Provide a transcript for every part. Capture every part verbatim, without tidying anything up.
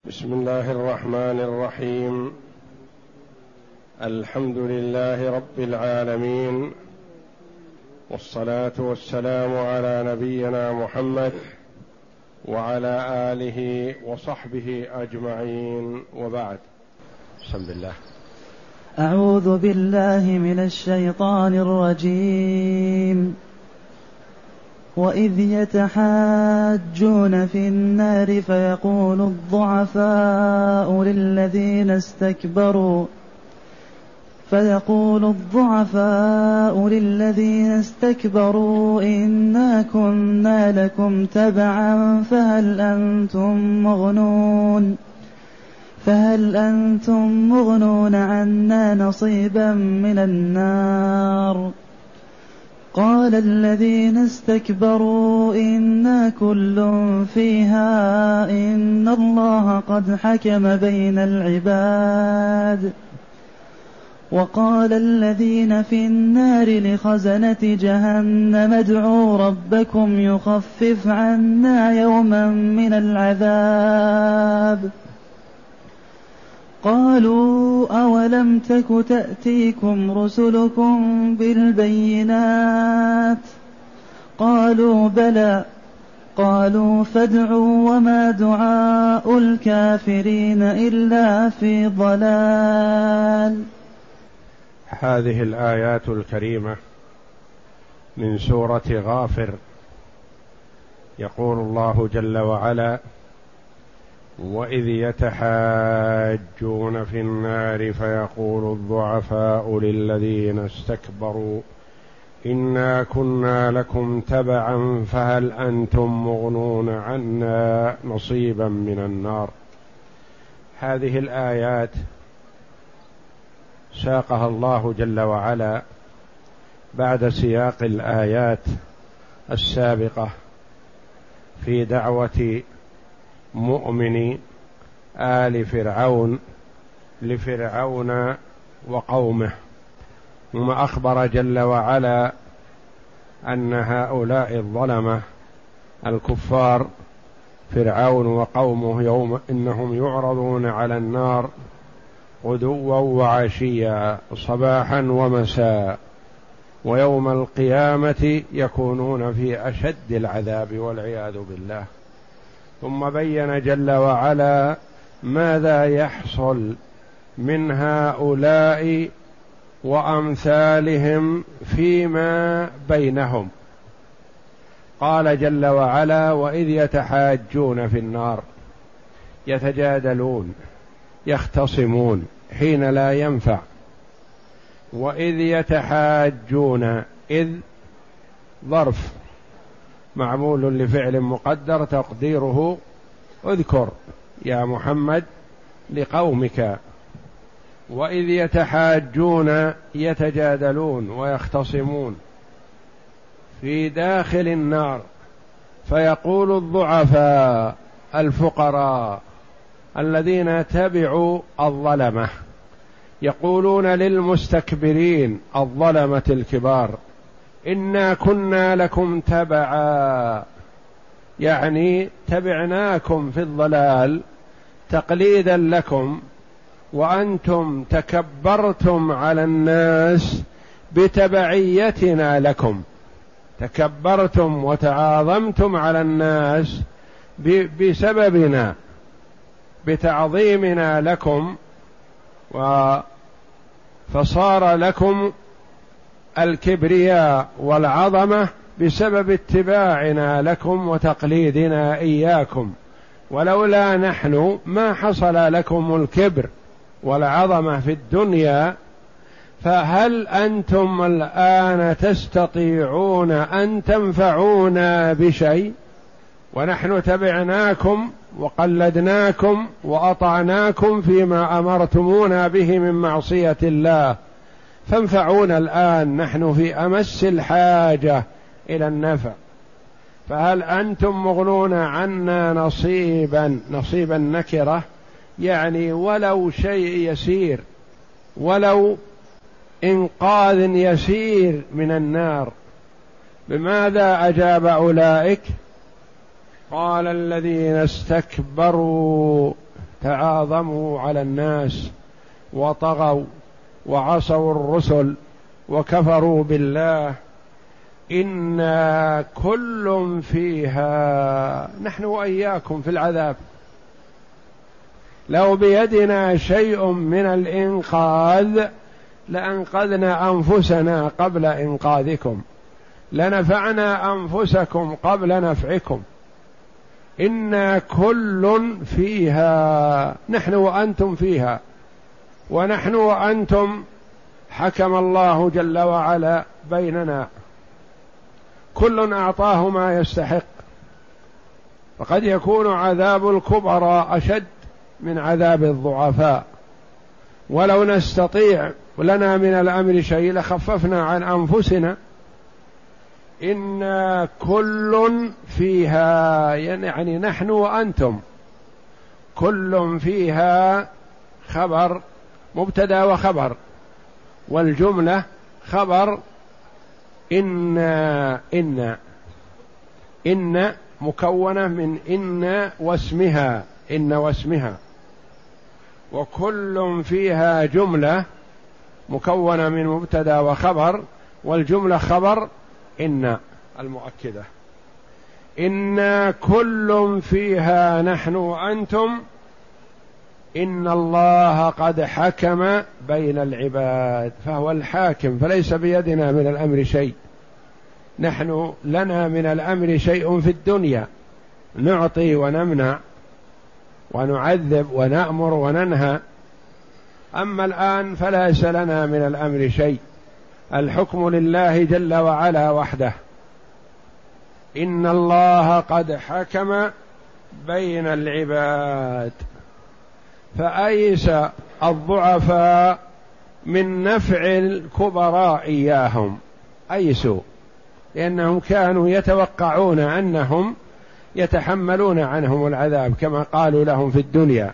بسم الله الرحمن الرحيم. الحمد لله رب العالمين، والصلاة والسلام على نبينا محمد وعلى آله وصحبه أجمعين، وبعد. بسم الله. أعوذ بالله من الشيطان الرجيم. وإذ يتحاجون في النار فيقول الضعفاء للذين استكبروا فيقول الضعفاء للذين استكبروا إنا كنا لكم تبعا فهل أنتم مغنون فهل أنتم مغنون عنا نصيبا من النار. قال الذين استكبروا إنا كل فيها إن الله قد حكم بين العباد. وقال الذين في النار لخزنة جهنم ادعوا ربكم يخفف عنا يوما من العذاب. قالوا أولم تك تأتيكم رسلكم بالبينات قالوا بلى قالوا فادعوا وما دعاء الكافرين إلا في ضلال. هذه الآيات الكريمة من سورة غافر. يقول الله جل وعلا: وإذ يتحاجون في النار فيقول الضعفاء للذين استكبروا إنا كنا لكم تبعا فهل أنتم مغنون عنا نصيبا من النار. هذه الآيات ساقها الله جل وعلا بعد سياق الآيات السابقة في دعوة مؤمن آل فرعون لفرعون وقومه، ثم أخبر جل وعلا أن هؤلاء الظلمة الكفار فرعون وقومه يوم إنهم يعرضون على النار غدوا وعشيا صباحا ومساء، ويوم القيامة يكونون في أشد العذاب والعياذ بالله. ثم بين جل وعلا ماذا يحصل من هؤلاء وأمثالهم فيما بينهم. قال جل وعلا: وإذ يتحاجون في النار، يتجادلون يختصمون حين لا ينفع. وإذ يتحاجون، إذ ظرف معمول لفعل مقدر تقديره اذكر يا محمد لقومك. وإذ يتحاجون يتجادلون ويختصمون في داخل النار، فيقول الضعفاء الفقراء الذين تبعوا الظلمة يقولون للمستكبرين الظلمة الكبار: إنا كنا لكم تبعا، يعني تبعناكم في الضلال تقليدا لكم، وأنتم تكبرتم على الناس بتبعيتنا لكم، تكبرتم وتعاظمتم على الناس بسببنا بتعظيمنا لكم، فصار لكم الكبرياء والعظمة بسبب اتباعنا لكم وتقليدنا إياكم، ولولا نحن ما حصل لكم الكبر والعظمة في الدنيا. فهل أنتم الآن تستطيعون أن تنفعونا بشيء ونحن تبعناكم وقلدناكم وأطعناكم فيما أمرتمونا به من معصية الله؟ فانفعونا الآن، نحن في أمس الحاجة إلى النفع. فهل أنتم مغنون عنا نصيبا، نصيبا نكرة يعني ولو شيء يسير، ولو إنقاذ يسير من النار. بماذا أجاب أولئك؟ قال الذين استكبروا تعاظموا على الناس وطغوا وعصوا الرسل وكفروا بالله، إنا كل فيها، نحن وإياكم في العذاب. لو بيدنا شيء من الإنقاذ لأنقذنا أنفسنا قبل إنقاذكم، لنفعنا أنفسكم قبل نفعكم. إنا كل فيها، نحن وأنتم فيها، ونحن وأنتم حكم الله جل وعلا بيننا، كل أعطاه ما يستحق. فقد يكون عذاب الكبراء أشد من عذاب الضعفاء، ولو نستطيع لنا من الأمر شيء لخففنا عن أنفسنا. إنا كل فيها، يعني نحن وأنتم، كل فيها خبر مبتدأ وخبر، والجملة خبر إنا إنا إن مكونة من إن واسمها، إن واسمها، وكل فيها جملة مكونة من مبتدأ وخبر، والجملة خبر إن المؤكدة. إنا كل فيها نحن وأنتم، إن الله قد حكم بين العباد، فهو الحاكم، فليس بيدنا من الأمر شيء. نحن لنا من الأمر شيء في الدنيا، نعطي ونمنع ونعذب ونأمر وننهى، أما الآن فليس لنا من الأمر شيء، الحكم لله جل وعلا وحده. إن الله قد حكم بين العباد. فأيس الضعفاء من نفع الكبراء إياهم، أيسوا، لأنهم كانوا يتوقعون أنهم يتحملون عنهم العذاب، كما قالوا لهم في الدنيا: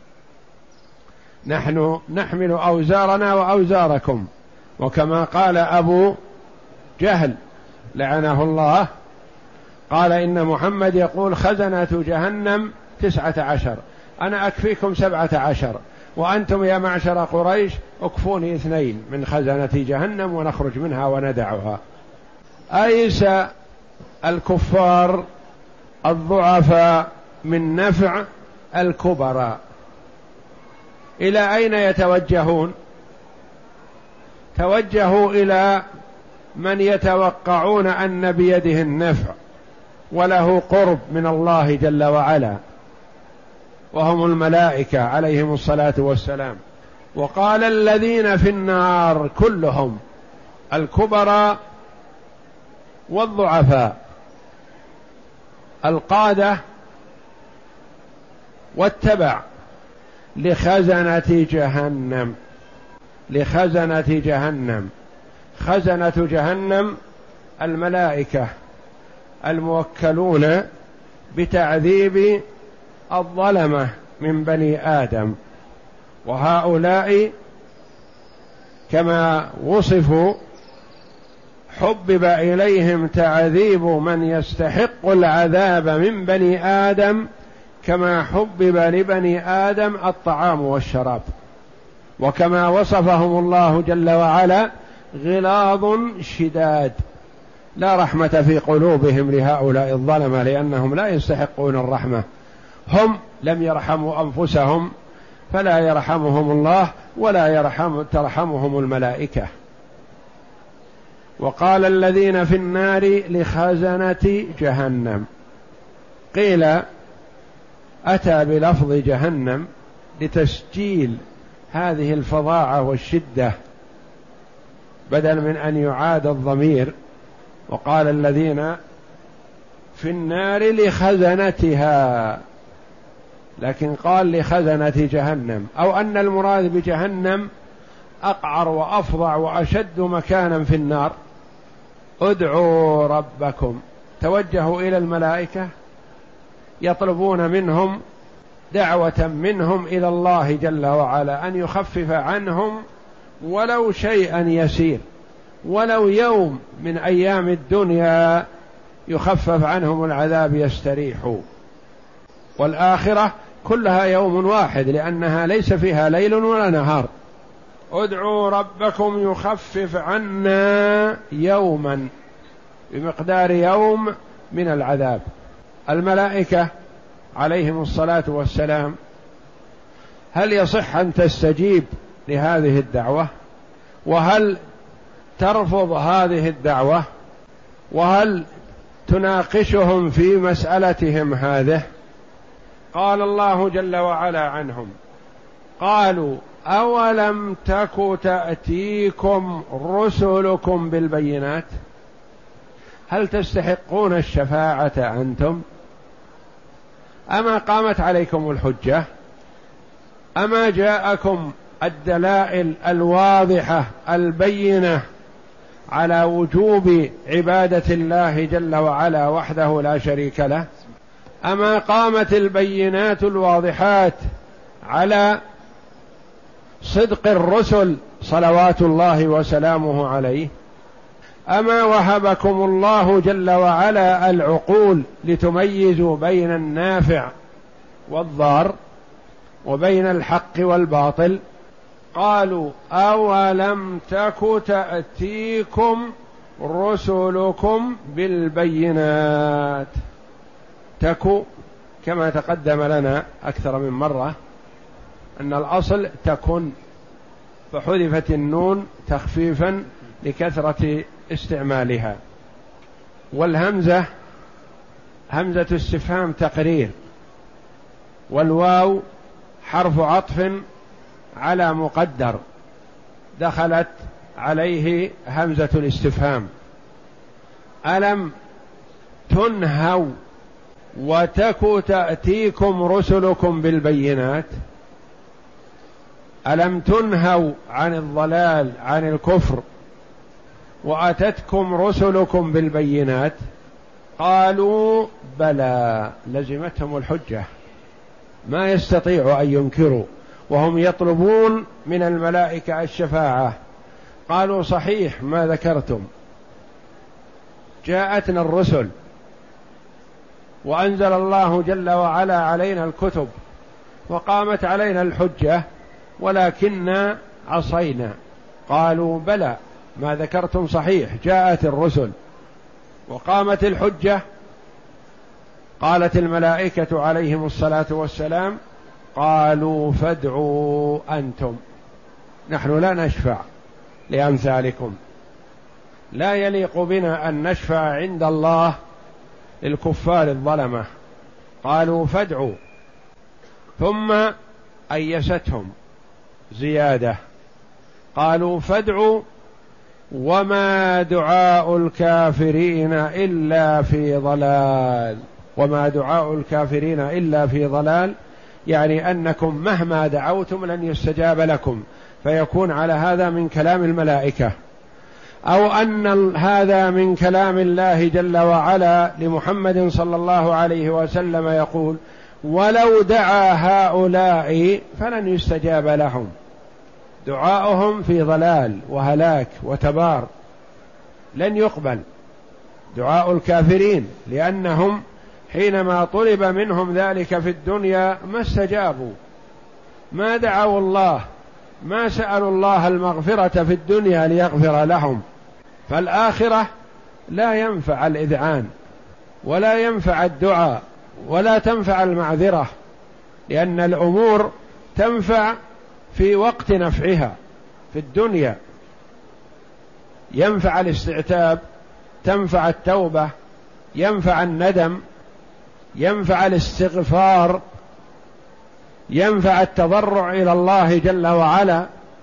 نحن نحمل أوزارنا وأوزاركم. وكما قال أبو جهل لعنه الله، قال: إن محمد يقول خزنة جهنم تسعة عشر، أنا أكفيكم سبعة عشر، وأنتم يا معشر قريش أكفوني اثنين من خزنة جهنم ونخرج منها وندعها. أيس الكفار الضعفاء من نفع الكبراء. إلى أين يتوجهون؟ توجهوا إلى من يتوقعون أن بيده النفع وله قرب من الله جل وعلا، وهم الملائكة عليهم الصلاة والسلام. وقال الذين في النار كلهم الكبراء والضعفاء، القادة والتبع لخزنة جهنم، لخزنة جهنم. خزنة جهنم الملائكة الموكلون بتعذيب الظلمة من بني آدم، وهؤلاء كما وصفوا حبب إليهم تعذيب من يستحق العذاب من بني آدم، كما حبب لبني آدم الطعام والشراب، وكما وصفهم الله جل وعلا غلاظ شداد لا رحمة في قلوبهم لهؤلاء الظلمة، لأنهم لا يستحقون الرحمة. هم لم يرحموا أنفسهم، فلا يرحمهم الله ولا يرحم ترحمهم الملائكة. وقال الذين في النار لخزنة جهنم، قيل أتى بلفظ جهنم لتسجيل هذه الفظاعة والشدة بدل من أن يعاد الضمير، وقال الذين في النار لخزنتها، لكن قال لخزنة جهنم، أو أن المراد بجهنم أقعر وأفظع وأشد مكانا في النار. ادعوا ربكم، توجهوا إلى الملائكة يطلبون منهم دعوة منهم إلى الله جل وعلا أن يخفف عنهم ولو شيئا يسير، ولو يوم من أيام الدنيا يخفف عنهم العذاب يستريحوا. والآخرة كلها يوم واحد لأنها ليس فيها ليل ولا نهار. ادعوا ربكم يخفف عنا يوما بمقدار يوم من العذاب. الملائكة عليهم الصلاة والسلام هل يصح أن تستجيب لهذه الدعوة؟ وهل ترفض هذه الدعوة؟ وهل تناقشهم في مسألتهم هذه؟ قال الله جل وعلا عنهم: قالوا أولم تك تأتيكم رسلكم بالبينات؟ هل تستحقون الشفاعة أنتم؟ أما قامت عليكم الحجة؟ أما جاءكم الدلائل الواضحة البينة على وجوب عبادة الله جل وعلا وحده لا شريك له؟ أما قامت البينات الواضحات على صدق الرسل صلوات الله وسلامه عليه؟ أما وهبكم الله جل وعلا العقول لتميزوا بين النافع والضار وبين الحق والباطل؟ قالوا أولم تك تأتيكم رسلكم بالبينات. تك كما تقدم لنا أكثر من مرة أن الأصل تكن، فحذفت النون تخفيفا لكثرة استعمالها، والهمزة همزة استفهام تقرير، والواو حرف عطف على مقدر دخلت عليه همزة الاستفهام. ألم تنهوا وتك تأتيكم رسلكم بالبينات؟ ألم تنهوا عن الضلال عن الكفر وأتتكم رسلكم بالبينات؟ قالوا بلى، لزمتهم الحجة، ما يستطيعوا أن ينكروا، وهم يطلبون من الملائكة الشفاعة. قالوا صحيح ما ذكرتم، جاءتنا الرسل وأنزل الله جل وعلا علينا الكتب وقامت علينا الحجة ولكننا عصينا. قالوا بلى ما ذكرتم صحيح، جاءت الرسل وقامت الحجة. قالت الملائكة عليهم الصلاة والسلام: قالوا فادعوا أنتم، نحن لا نشفع لأمثالكم، لا يليق بنا أن نشفع عند الله للكفار الظلمة. قالوا فادعوا، ثم أيستهم زيادة، قالوا فادعوا وما دعاء الكافرين إلا في ضلال. وما دعاء الكافرين إلا في ضلال، يعني أنكم مهما دعوتم لن يستجاب لكم، فيكون على هذا من كلام الملائكة، أو أن هذا من كلام الله جل وعلا لمحمد صلى الله عليه وسلم يقول: ولو دعا هؤلاء فلن يستجاب لهم. دعاؤهم في ضلال وهلاك وتبار، لن يقبل دعاء الكافرين، لأنهم حينما طلب منهم ذلك في الدنيا ما استجابوا، ما دعوا الله، ما سألوا الله المغفرة في الدنيا ليغفر لهم. فالآخرة لا ينفع الإذعان ولا ينفع الدعاء ولا تنفع المعذرة، لأن الأمور تنفع في وقت نفعها. في الدنيا ينفع الاستعتاب، تنفع التوبة، ينفع الندم، ينفع الاستغفار، ينفع التضرع إلى الله جل وعلا.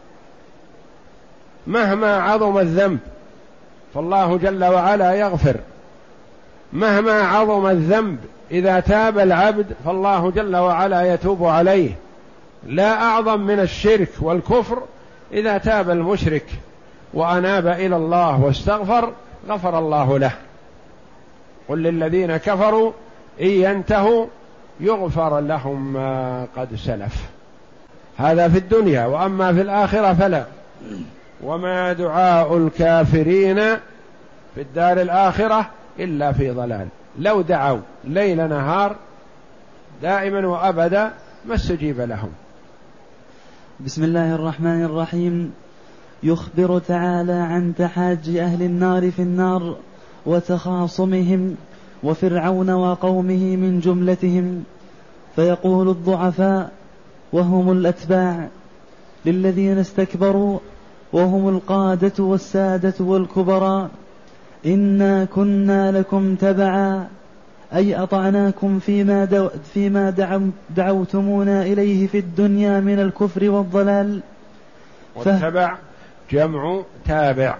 مهما عظم الذنب فالله جل وعلا يغفر، مهما عظم الذنب إذا تاب العبد فالله جل وعلا يتوب عليه. لا أعظم من الشرك والكفر إذا تاب المشرك وأناب إلى الله واستغفر غفر الله له. قل للذين كفروا إن ينتهوا يغفر لهم ما قد سلف. هذا في الدنيا، وأما في الآخرة فلا. وما دعاء الكافرين في الدار الآخرة إلا في ضلال. لو دعوا ليل نهار دائما وأبدا ما استجيب لهم. بسم الله الرحمن الرحيم. يخبر تعالى عن تحاج أهل النار في النار وتخاصمهم وفرعون وقومه من جملتهم، فيقول الضعفاء وهم الأتباع للذين استكبروا وهم القادة والسادة والكبراء: إنا كنا لكم تبعا، أي أطعناكم فيما, دو فيما دعو دعوتمونا إليه في الدنيا من الكفر والضلال. والتبع جمع تابع،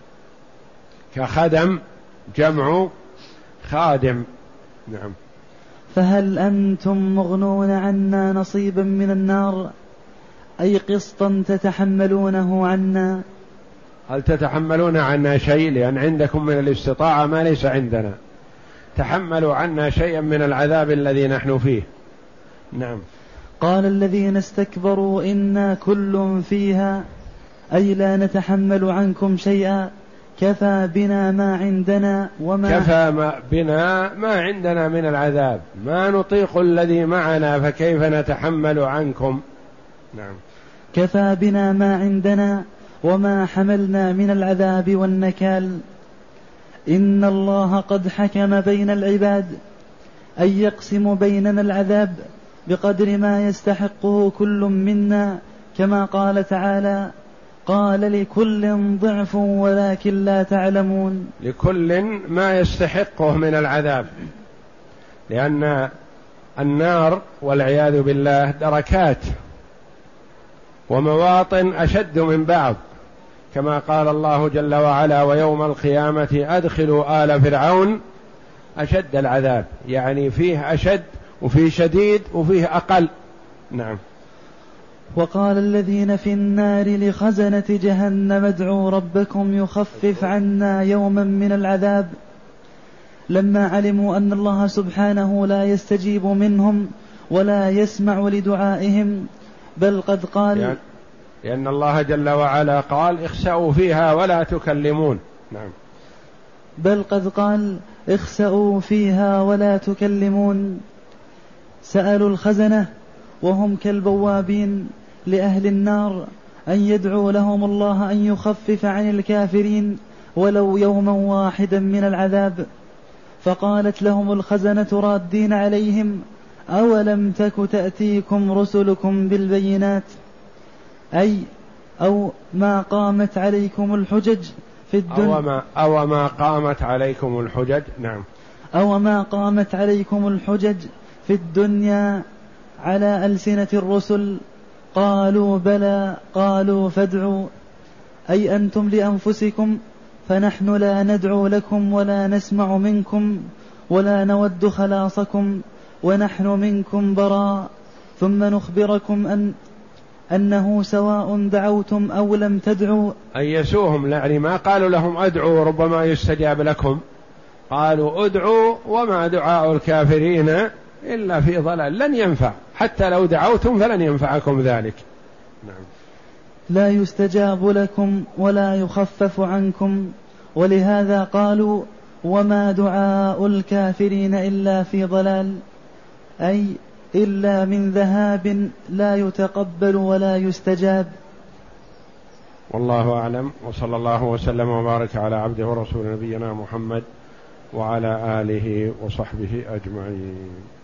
كخدم جمع خادم. نعم. فهل أنتم مغنون عنا نصيبا من النار، أي قسطا تتحملونه عنا؟ هل تتحملون عنا شيء؟ لأن عندكم من الاستطاعة ما ليس عندنا، تحملوا عنا شيئا من العذاب الذي نحن فيه. نعم. قال الذين استكبروا إنا كل فيها، أي لا نتحمل عنكم شيئا، كفى بنا ما عندنا وما كفى ما بنا ما عندنا من العذاب، ما نطيق الذي معنا فكيف نتحمل عنكم. نعم. كفى بنا ما عندنا وما حملنا من العذاب والنكال. إن الله قد حكم بين العباد، أي يقسم بيننا العذاب بقدر ما يستحقه كل منا، كما قال تعالى: قال لكل ضعف ولكن لا تعلمون. لكل ما يستحقه من العذاب، لأن النار والعياذ بالله دركات ومواطن أشد من بعض، كما قال الله جل وعلا: ويوم القيامة أدخلوا آل فرعون أشد العذاب، يعني فيه أشد وفيه شديد وفيه أقل. نعم. وقال الذين في النار لخزنة جهنم ادعوا ربكم يخفف عنا يوما من العذاب، لما علموا أن الله سبحانه لا يستجيب منهم ولا يسمع لدعائهم، بل قد قال يعني لأن الله جل وعلا قال: اخسأوا فيها ولا تكلمون. نعم. بل قد قال: اخسأوا فيها ولا تكلمون. سألوا الخزنة وهم كالبوابين لأهل النار أن يدعوا لهم الله أن يخفف عن الكافرين ولو يوما واحدا من العذاب، فقالت لهم الخزنة رادين عليهم: أولم تك تأتيكم رسلكم بالبينات، أي أو ما قامت عليكم الحجج في الدنيا أو ما, أو ما قامت عليكم الحجج. نعم. أو ما قامت عليكم الحجج في الدنيا على ألسنة الرسل، قالوا بلى، قالوا فادعوا، أي أنتم لأنفسكم، فنحن لا ندعو لكم ولا نسمع منكم ولا نود خلاصكم ونحن منكم براء، ثم نخبركم أن أنه سواء دعوتم أو لم تدعوا. أيسوهم، يعني ما قالوا لهم أدعوا ربما يستجاب لكم، قالوا أدعوا وما دعاء الكافرين إلا في ضلال، لن ينفع، حتى لو دعوتم فلن ينفعكم ذلك. نعم. لا يستجاب لكم ولا يخفف عنكم، ولهذا قالوا: وما دعاء الكافرين إلا في ضلال، أي إلا من ذهاب لا يتقبل ولا يستجاب. والله أعلم، وصلى الله وسلم وبارك على عبده ورسول نبينا محمد وعلى آله وصحبه أجمعين.